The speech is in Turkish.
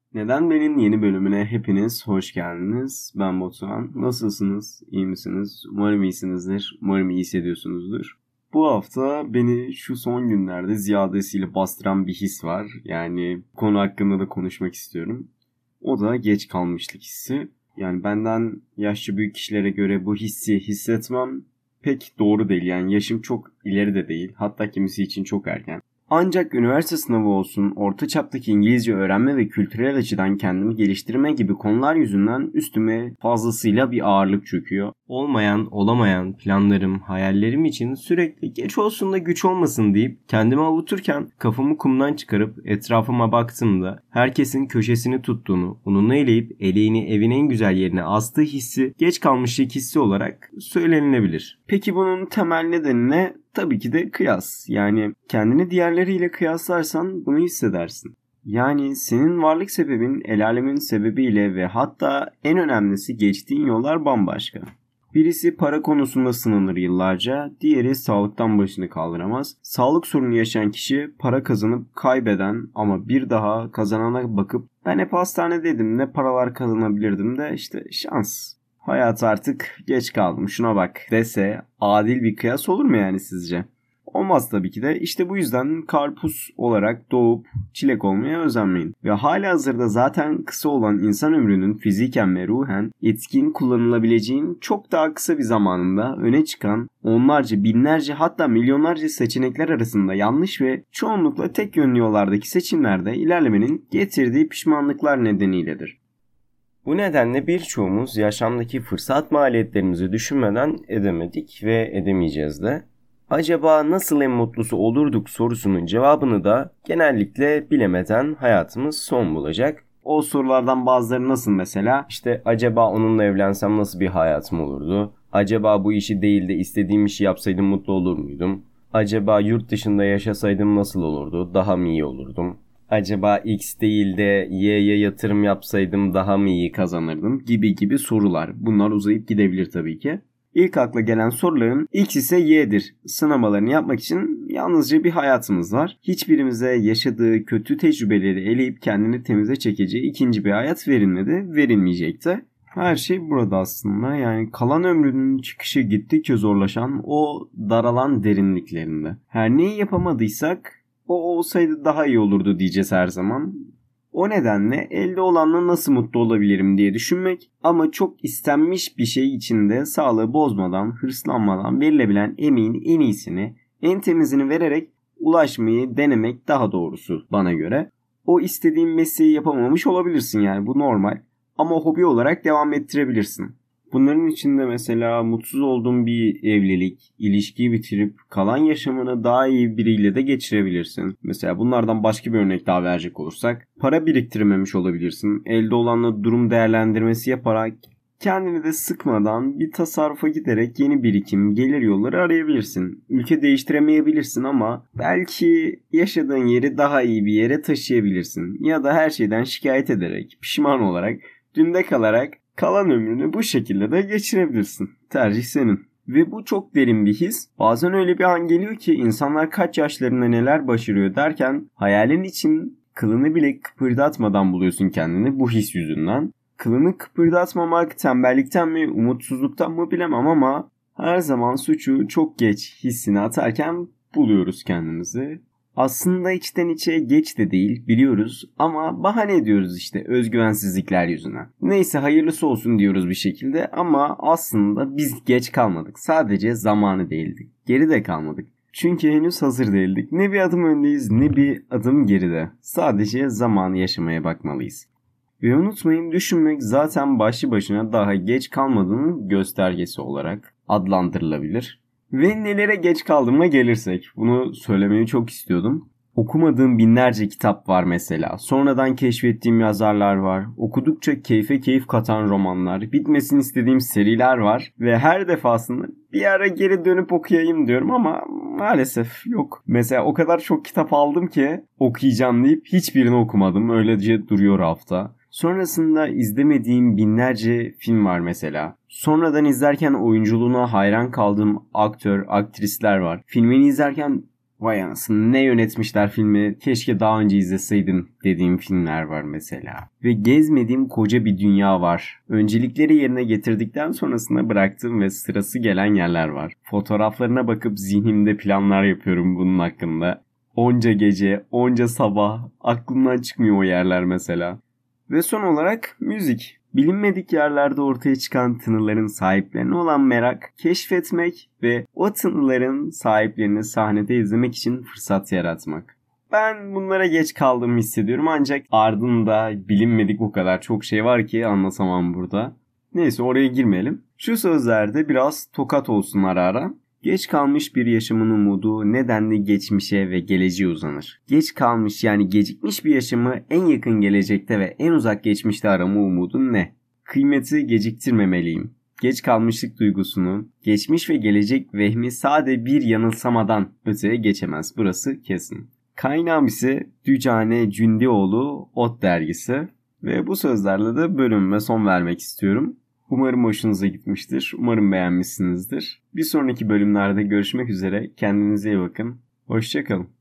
Neden Ben'in yeni bölümüne hepiniz hoş geldiniz. Ben Batuhan. Nasılsınız? İyi misiniz? Umarım iyisinizdir. Umarım iyi hissediyorsunuzdur. Bu hafta beni şu son günlerde ziyadesiyle bastıran bir his var. Yani bu konu hakkında da konuşmak istiyorum. O da geç kalmışlık hissi. Yani benden yaşça büyük kişilere göre bu hissi hissetmem pek doğru değil. Yani yaşım çok ileri de değil. Hatta kimisi için çok erken. Ancak üniversite sınavı olsun, orta çaptaki İngilizce öğrenme ve kültürel açıdan kendimi geliştirme gibi konular yüzünden üstüme fazlasıyla bir ağırlık çöküyor. Olmayan, olamayan planlarım, hayallerim için sürekli geç olsun da güç olmasın deyip kendimi avuturken kafamı kumdan çıkarıp etrafıma baktığımda herkesin köşesini tuttuğunu, onunla eleyip eleğini evin en güzel yerine astığı hissi geç kalmışlık hissi olarak söylenilebilir. Peki bunun temel nedeni ne? Tabii ki de kıyas. Yani kendini diğerleriyle kıyaslarsan bunu hissedersin. Yani senin varlık sebebin el alemin sebebiyle ve hatta en önemlisi geçtiğin yollar bambaşka. Birisi para konusunda sınanır yıllarca, diğeri sağlıktan başını kaldıramaz. Sağlık sorunu yaşayan kişi para kazanıp kaybeden ama bir daha kazanana bakıp ben hep hastanedeydim ne paralar kazanabilirdim de işte şans. Hayat artık geç kaldım şuna bak dese adil bir kıyas olur mu yani sizce? Olmaz tabii ki de. İşte bu yüzden karpuz olarak doğup çilek olmaya özenmeyin. Ve halihazırda zaten kısa olan insan ömrünün fiziken ve ruhen etkin kullanılabileceğin çok daha kısa bir zamanında öne çıkan onlarca, binlerce hatta milyonlarca seçenekler arasında yanlış ve çoğunlukla tek yönlü yollardaki seçimlerde ilerlemenin getirdiği pişmanlıklar nedeniyledir. Bu nedenle birçoğumuz yaşamdaki fırsat maliyetlerimizi düşünmeden edemedik ve edemeyeceğiz de. Acaba nasıl en mutlusu olurduk sorusunun cevabını da genellikle bilemeden hayatımız son bulacak. O sorulardan bazıları nasıl mesela? İşte acaba onunla evlensem nasıl bir hayatım olurdu? Acaba bu işi değil de istediğim işi yapsaydım mutlu olur muydum? Acaba yurt dışında yaşasaydım nasıl olurdu? Daha mı iyi olurdum? Acaba X değil de Y'ye yatırım yapsaydım daha mı iyi kazanırdım gibi gibi sorular. Bunlar uzayıp gidebilir tabii ki. İlk akla gelen soruların X ise Y'dir. Sınamalarını yapmak için yalnızca bir hayatımız var. Hiçbirimize yaşadığı kötü tecrübeleri eleyip kendini temize çekeceği ikinci bir hayat verilmedi, verilmeyecek de. Her şey burada aslında. Yani kalan ömrünün çıkışı gittikçe zorlaşan o daralan derinliklerinde. Her neyi yapamadıysak o olsaydı daha iyi olurdu diyeceğiz her zaman. O nedenle elde olanla nasıl mutlu olabilirim diye düşünmek ama çok istenmiş bir şey içinde sağlığı bozmadan, hırslanmadan verilebilen emeğin en iyisini, en temizini vererek ulaşmayı denemek daha doğrusu bana göre. O istediğin mesleği yapamamış olabilirsin yani bu normal ama hobi olarak devam ettirebilirsin. Bunların içinde mesela mutsuz olduğun bir evlilik, ilişkiyi bitirip kalan yaşamını daha iyi biriyle de geçirebilirsin. Mesela bunlardan başka bir örnek daha verecek olursak, para biriktirmemiş olabilirsin. Elde olanla durum değerlendirmesi yaparak kendini de sıkmadan bir tasarrufa giderek yeni birikim, gelir yolları arayabilirsin. Ülke değiştiremeyebilirsin ama belki yaşadığın yeri daha iyi bir yere taşıyabilirsin. Ya da her şeyden şikayet ederek, pişman olarak, dünde kalarak kalan ömrünü bu şekilde de geçirebilirsin. Tercih senin. Ve bu çok derin bir his. Bazen öyle bir an geliyor ki insanlar kaç yaşlarında neler başarıyor derken hayalin için kılını bile kıpırdatmadan buluyorsun kendini bu his yüzünden. Kılını kıpırdatmamak tembellikten mi umutsuzluktan mı bilemem ama her zaman suçu çok geç hissini atarken buluyoruz kendimizi. Aslında içten içe geç de değil biliyoruz ama bahane ediyoruz işte özgüvensizlikler yüzünden. Neyse hayırlısı olsun diyoruz bir şekilde ama aslında biz geç kalmadık. Sadece zamanı değildik. Geride kalmadık. Çünkü henüz hazır değildik. Ne bir adım öndeyiz ne bir adım geride. Sadece zamanı yaşamaya bakmalıyız. Ve unutmayın düşünmek zaten başlı başına daha geç kalmadığının göstergesi olarak adlandırılabilir. Ve nelere geç kaldığıma gelirsek bunu söylemeyi çok istiyordum. Okumadığım binlerce kitap var mesela. Sonradan keşfettiğim yazarlar var. Okudukça keyfe keyif katan romanlar. Bitmesini istediğim seriler var. Ve her defasında bir ara geri dönüp okuyayım diyorum ama maalesef yok. Mesela o kadar çok kitap aldım ki okuyacağım deyip hiçbirini okumadım. Öylece duruyor rafta. Sonrasında izlemediğim binlerce film var mesela. Sonradan izlerken oyunculuğuna hayran kaldığım aktör, aktrisler var. Filmini izlerken Vay anasını ne yönetmişler filmi, keşke daha önce izleseydim dediğim filmler var mesela. Ve gezmediğim koca bir dünya var. Öncelikleri yerine getirdikten sonrasında bıraktığım ve sırası gelen yerler var. Fotoğraflarına bakıp zihnimde planlar yapıyorum bunun hakkında. Onca gece, onca sabah aklımdan çıkmıyor o yerler mesela. Ve son olarak müzik. Bilinmedik yerlerde ortaya çıkan tınıların sahiplerine olan merak, keşfetmek ve o tınıların sahiplerini sahnede izlemek için fırsat yaratmak. Ben bunlara geç kaldığımı hissediyorum ancak ardında bilinmedik o kadar çok şey var ki anlatamam burada. Neyse oraya girmeyelim. Şu sözlerde biraz tokat olsun ara ara. Geç kalmış bir yaşamın umudu nedenli geçmişe ve geleceğe uzanır. Geç kalmış yani gecikmiş bir yaşamı en yakın gelecekte ve en uzak geçmişte arama umudun ne? Kıymeti geciktirmemeliyim. Geç kalmışlık duygusunu, geçmiş ve gelecek vehmi sade bir yanılsamadan öteye geçemez. Burası kesin. Kaynağım ise Dücane Cündioğlu Ot dergisi ve bu sözlerle de bölümüme son vermek istiyorum. Umarım hoşunuza gitmiştir. Umarım beğenmişsinizdir. Bir sonraki bölümlerde görüşmek üzere. Kendinize iyi bakın. Hoşça kalın.